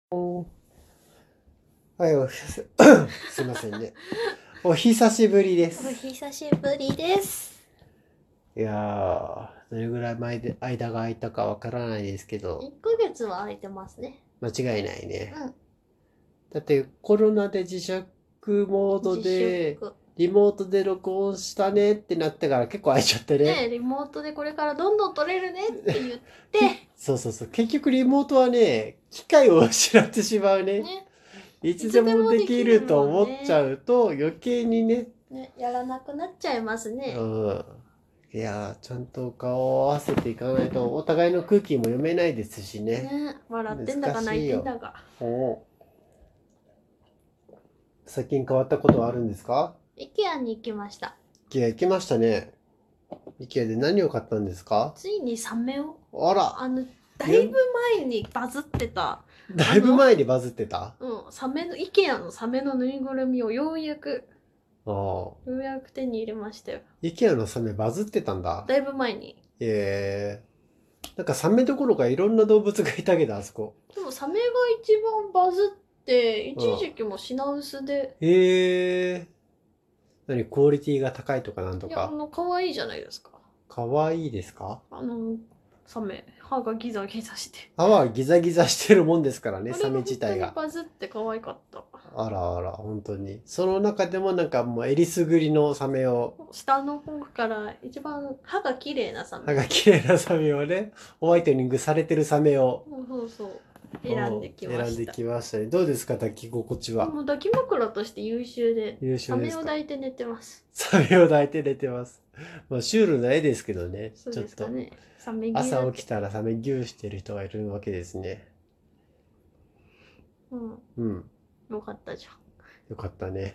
はい、すいませんね。お久しぶりでおす。 久しぶりです。 いやどれぐらい間が空いたかわからないですけど、 1ヶ月は空いてますね。 間違いないね。 うん。 だってコロナで自粛モード自で、 粛。 リモートで録音したねってなってから結構空いちゃってね。 ねリモートでこれからどんどん撮れるねって言って、 そうそうそう。結局リモートはね、機会を失ってしまうね。 ね、 いつでいつでもできもできるるともん思っちゃね。 うと余計にね、 ね、やらなくなっちゃいますね。 うん。いやちゃんと顔を合わせていかないとお互いの空気も読めないですしね。 ね、笑ってんだ難か泣いしいよ。 てんだか。 最近変わったことはあるんですか？ IKEA に行きました。 IKEA 行きましたね。IKEA で何を買ったんですか？ ついにサメを、 あら、 だいぶ前にバズってた、 だいぶ前にバズってた。 サメの、IKEA のサメのぬいぐるみをああ。 ようやく手に入れましたよ。 IKEA のサメバズってたんだ。 だいぶ前に。 えなんかサメどころかいろんな動物がいたけど、あそこ。 でもサメが一番バズって、一うん。 時期も品薄で、 何クオリティが高いとかなんといや、 か。 可愛いじゃないですか。 かわいいですか？ サメ、歯がギザギザして。 歯はギザギザしてるもんですからね、 あサメれが本当自体が。 にバズって可愛かった。 あらあら、本当に。その中でもなんかもうえりすぐりのサメを、 下の方から一番歯が綺麗なサメ。 歯が綺麗なサメをね、ホワイトニングされてるサメをそうそう。選んできま選んでした。 きましたね。どうですか、抱き心地は。 もう抱き枕として優秀で、 優サメを秀ですか？ 抱いて寝てます。 サメを抱いて寝てます。まあ、シュールな絵ですけどね。 そうちょっと。 ですかね。サメ牛だって。 朝起きたらサメギューしてる人がいるわけですね。 うん。 うん。 よかったじゃん。 よかったね。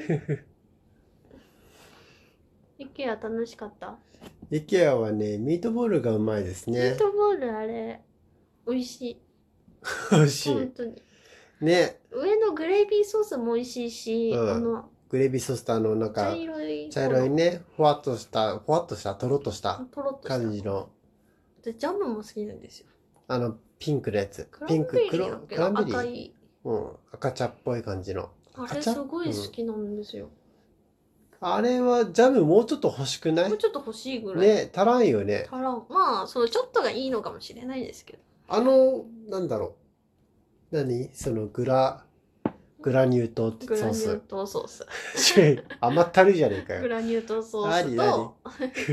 IKEA 楽しかった。 IKEA はね、ミートボールがうまいですミーね。 トボールあれ、美味しい。 美味しい。 本当に。 ね。 上のグレービーソースも美味しいし、 うん。グレービーソースとなん茶か、茶色い方の色いね、とろっとしたとろっとした感じの、 で、ジャムも好きなんですよ。 ピンクのやつ。 クラピンク、 ンベリーだっけな、 クランベリー。 赤い。 うん。赤茶っぽい感じの。 あ赤茶れすごいうん。 好きなんですよ。 あれはジャムもうちょっと欲しくないもうちょっと欲しいぐらい。 ね、足らんよね。 足らん。まあ、そのちょっとがいいのかもしれないですけど。 なんだろう。そのグラニュー糖ってグラニューソース。 糖ソース。 甘ったるいじゃねえかよ。 グラニュー糖ソースなになにと、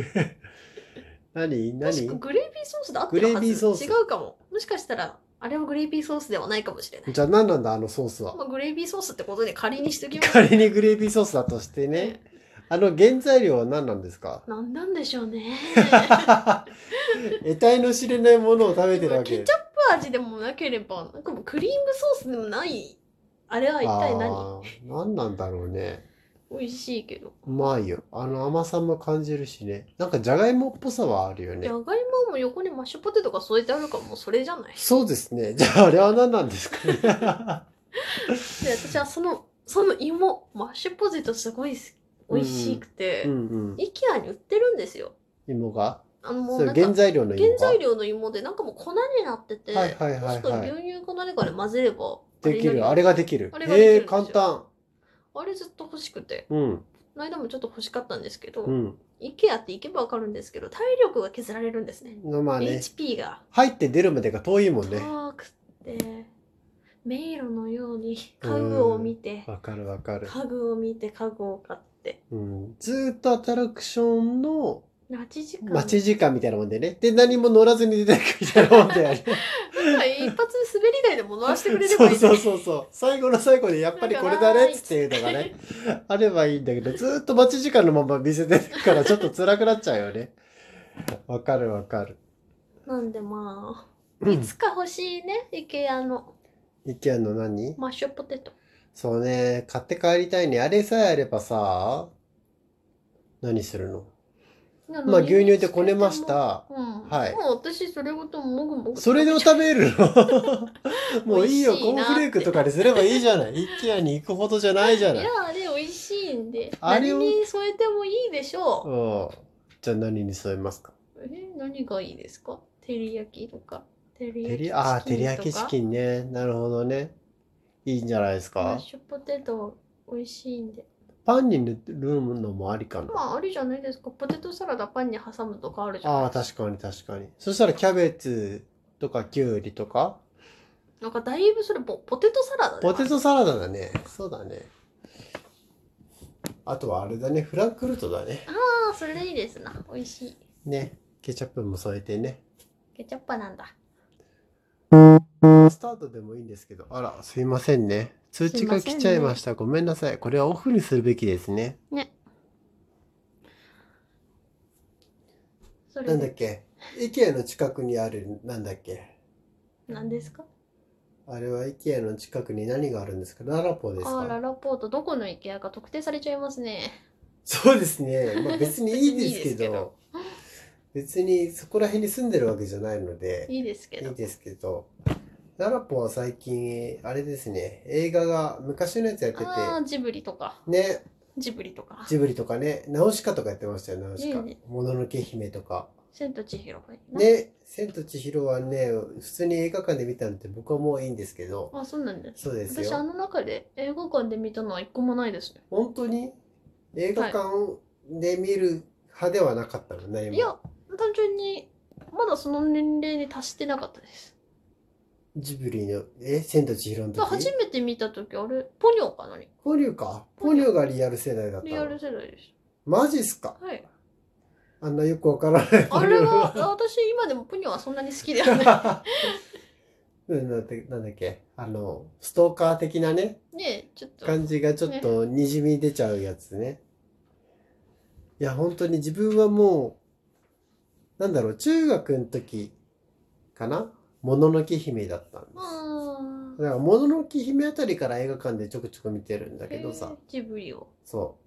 確か何グレービーソースで合ってグレーるはず。 ビーソース。 違うかも。もしかしたら、あれはグレービーソースではないかもしれない。 じゃあ何なんだあのソースは。 まあ、グレービーソースってことで仮にしときます仮にグレービーソースだとしてね。 ね。 原材料は何なんですか？ なんなんでしょうね。 得体の知れないものを食べてるわけ。 ケチャップ味でもなければ、なんかもうクリームソースでもない。あれは一体何？ ああ、何なんだろうね。 美味しいけど。 うまいよ。甘さも感じるしね。なんかじゃがいもっぽさはあるよね。 じゃがいもも横にマッシュポテトが添えてあるからもうそれじゃない。 そうですね。じゃああれは何なんですかね。 で、私はその芋、マッシュポテトすごい美味しくて、 うんうん。 IKEA に売ってるんですよ。 芋がもうなんか、 原材料の芋が原材料の芋でなんかもう粉になってて、 はいはいはいはい。 確か牛乳か何かで混ぜれば、 できる。あれができる。 あれができるんですよ簡単。 あれずっと欲しくて、 うん。 この間もちょっと欲しかったんですけど、 うん。 IKEA って行けばわかるんですけど、体力が削られるんですね。 まあね。 HP が入って出るまでが遠いもんね。 遠くて、迷路のように家具を見て、 わかるわかる。 家具を見て家具を買って。 うん。ずーっとアトラクションの待ち時間みたいなもんでね。で、何も乗らずに出てくみたいなもんだよね。 なんか一発滑り台でも乗らせてくれればいいそうそうそう。最後の最後でやっぱりこれだねっつっていうのがね、あればいいんだけど、ずーっと待ち時間のまま店出てくからちょっと辛くなっちゃうよね。わかるわかる。 なんでまあ、いつか欲しいね、IKEA の IKEA の何マッシュポテト。 そうね、買って帰りたいね。あれさえあればさ、何するの？まあ牛乳でこねました。 うん。 はい。 もう私それごともぐもぐそれでも食べるの？もういいよ、コーンフレークとかにすればいいじゃない。IKEA に行くほどじゃないじゃない。 いや、あれ美味しいんで。 あれを何に添えてもいいでしょうん。じゃあ何に添えますか？ う。何がいいですか？照り焼きとか。 照り焼きチキンンね。なるほどね。いいんじゃないですとか。マッか。 シュポテト美味しいんで。 パンに塗るのもありかな。 まあ、ありじゃないですか。ポテトサラダパンに挟むとかあるじゃないああ、 ですか。 確かに確かに。そしたらキャベツとかキュウリとか。 なんかだいぶそれポテトサラダではある。 ポテトサラダだね。そうだね。あとはあれだね。フランクフルトだね。 ああ、それいいですな。美味しい。 ね。ケチャップも添えてね。 ケチャップなんだ。 スタートでもいいんですけど。あら、すいませんね。通知が来ちゃいました。ごめんなさい。これはオフにするべきですね。 ね。それなんだっけ。IKEA の近くにある、なんだっけ。 何ですか？ あれは IKEA の近くに何があるんですか？ララポですああ、ラか？ ラポート、どこの IKEA か特定されちゃいますね。 そうですね。まあ別にいいですけ別にいいですけどど、 別にそこら辺に住んでるわけじゃないので、 いいですけど。 いいですけど、ララポは最近、あれですね、映画が昔のやつやってて、 ああ、ジブリとか。 ね、 ジブリとか。 ジブリとかね、ナウシカとかやってましたよ、ナウシカ。 ねもののけ姫とか。 千と千尋がいいな。 ね、千と千尋はね、普通に映画館で見たのって僕はもういいんですけど、 あ、そうなんです。 そうです私、あよ。 の中で映画館で見たのは一個もないですね。 本当に映画館で見る派ではなかったの、何も。 いや、単純に、まだその年齢に達してなかったです。 ジブリの、千と千尋の時初めて見た時、あれ、ポニョかなに。 ポニョか。ポニョがリアル世代だったの。 リアル世代です。 マジっすか。 はい。 あんなよくわからないポニョあれは、 が。 私今でもポニョはそんなに好きではななんだっけ、ストーカー的なね、 い。ねえ、ちょっと。 感じがちょっとにじみ出ちゃうやつね。いや、本当に自分はもう、なんだろう、中学の時かな、もののけ姫だったんです。 あだから、もののけ姫あたりから映画館でちょくちょく見てるんだけどさ、 ジブリを。 そう。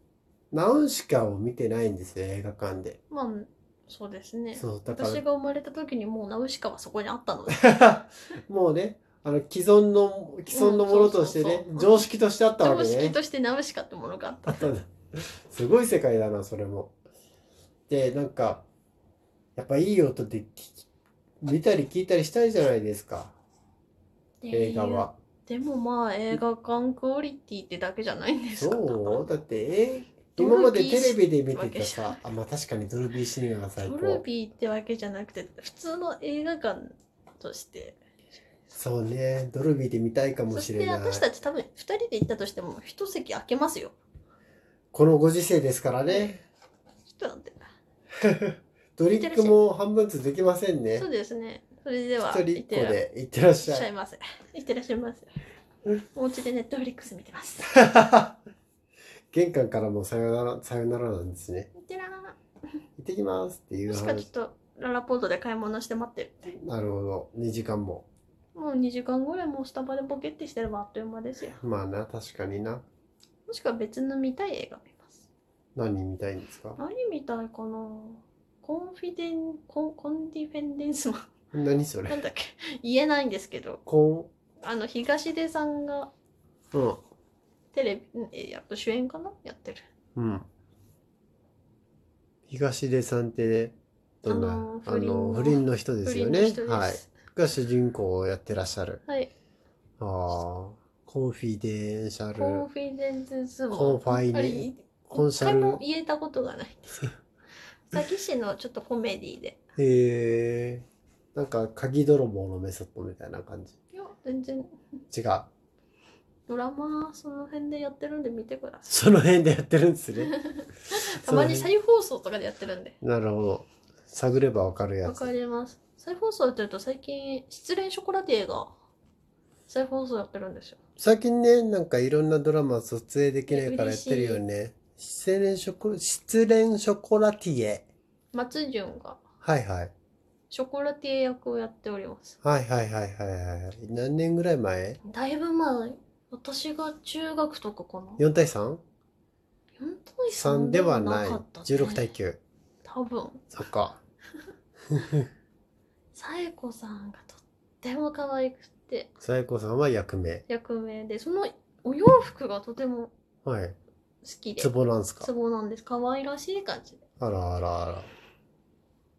ナウシカを見てないんですよ、映画館で。 まあ、そうですね。 そう、だから。 私が生まれた時にもうナウシカはそこにあったので。 もうね、既存のものとしてね、 そうそうそう常識としてあったわ常けね。 識としてナウシカってものがあった。 あったんだ。すごい世界だな、それも。で、なんか、やっぱいい音で見たり聞いたりしたいじゃないですか、映画は。 でもまあ映画館クオリティってだけじゃないんですか。 そうだって、 ドルビー今までテレビで見てたわけじゃないさ、まあ確かにドルビーシネマが最ドル高。 ビーってわけじゃなくて、普通の映画館として。 そうね、ドルビーで見たいかもそしてしれない。 私たち多分2人で行ったとしても一席空けますよ。 このご時世ですからね。 ちょっと待って。 ドリンクも半分ずつできませんね。 そうですね。それでは、 一人一個で行ってらっしゃい。 いませ。いってらっしゃいませ。お家でネットフリックス見てます。 玄関からもさよなら、さよならなんですね。 いってらー。 行ってきますっていうもしかちょっとララポートで買い物して待ってるって。 なるほど。2時間も。 もう2時間ぐらいもうスタバでボケってしてればあっという間ですよ。 まあな、確かにな。 もしくは別の見たい映画見ます。 何見たいんですか？ 何見たいかな。コンディフェンデンスマン。 何それ？ なんだっけ、言えないんですけど、東出さんがテレビ、やっと主演かなやってる。 うん。東出さんってどんな不倫の人ですよね。はい。が主人公をやってらっしゃる。 はい。 ああ、コンフィデンシャル。 コンフィデンスマン。 コンファイネ。 一回も言えたことがないんですけど。詐欺師のちょっとコメディで。 へえ。なんか鍵泥棒のメソッドみたいな感じ。 いや、全然。 違う。 ドラマその辺でやってるんで見てください。 その辺でやってるんですね。 たまに再放送とかでやってるんで。 なるほど。探ればわかるやつ。 わかります。再放送やってると最近、失恋ショコラティエが再放送やってるんですよ。 最近ね、なんかいろんなドラマ撮影できないからやってるよね。失恋ショコラティエ。 松潤が。 はいはい。 ショコラティエ役をやっております。 はいはいはいはいはい。何年ぐらい前？ だいぶ前。私が中学とかかな。 4 対 3？ 4対3 3ではない。16対9。 多分。 そっか。 紗栄子さんがとっても可愛くて。 紗栄子さんは役名で、そのお洋服がとても好きで。 ツボなんすか？ ツボなんです。可愛らしい感じで。 あらあらあら。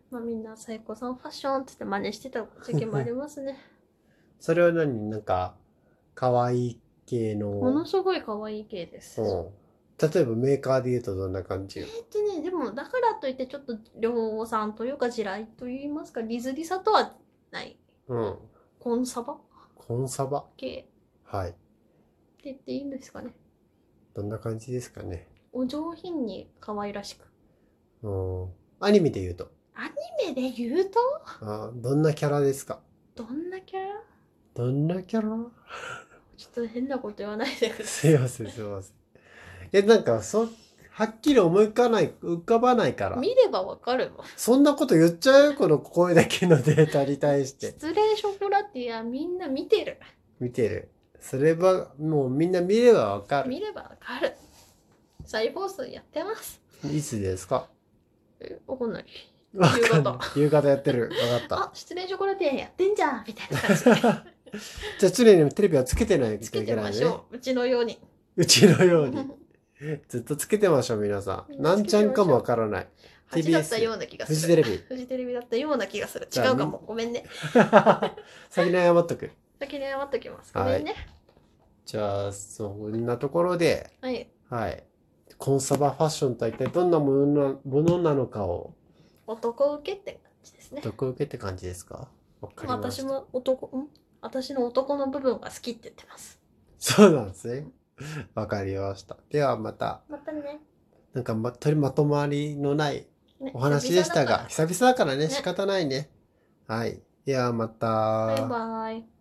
まあみんなサイコさんファッションって言って真似してた時期もありますね。 それは何なんか、可愛い系の。 ものすごい可愛い系です。 うん。例えばメーカーで言うとどんな感じよ。 でもだからといってちょっと量産というか地雷といいますか、リズリサとはない。 うん。 コンサバコンサバ系はい。 って言っていいんですかね。 どんな感じですかね。 お上品に可愛らしく。 うん。アニメで言うと。 アニメで言うとどんなキャラですか？ どんなキャラ？ どんなキャラ？ ちょっと変なこと言わないでくださすいません、すいません。なんか、はっきり思い浮かばないから。 見ればわかるわ。 そんなこと言っちゃうよ、この声だけのデータに対して。 失礼ショコラティアみんな見てる。 見てる。それは、もうみんな見ればわかる。 見ればわかる。再放送やってます。 いつですか？ わかんない。 わかんない。夕方やってる。わかった。 あ、失礼ショコラティアやってんじゃんみたいな感じで。 じゃあ常にテレビはつけてないつけてといけないね。 ましょう。うちのように。 うちのように。ずっとつけてましょう、皆さん。なんちゃんかもわからない。 8だったような気がする。 フジテレビ。 フジテレビだったような気がする。違うかも。ごめんね。 先に謝っとく。 先に謝っときます。ごめんね。 じゃあ、そんなところで、 はい。 はい。コンサバファッションとは一体どんなものなのかを。 男受けって感じですね。 男受けって感じですか？わかりました。 私も私の男の部分が好きって言ってます。 そうなんですね。わかりました。ではまた。 またね。 なんかまとまりのないお話でしたが、久々だからね、仕方ないね。はい。ではまた。 バイバイ。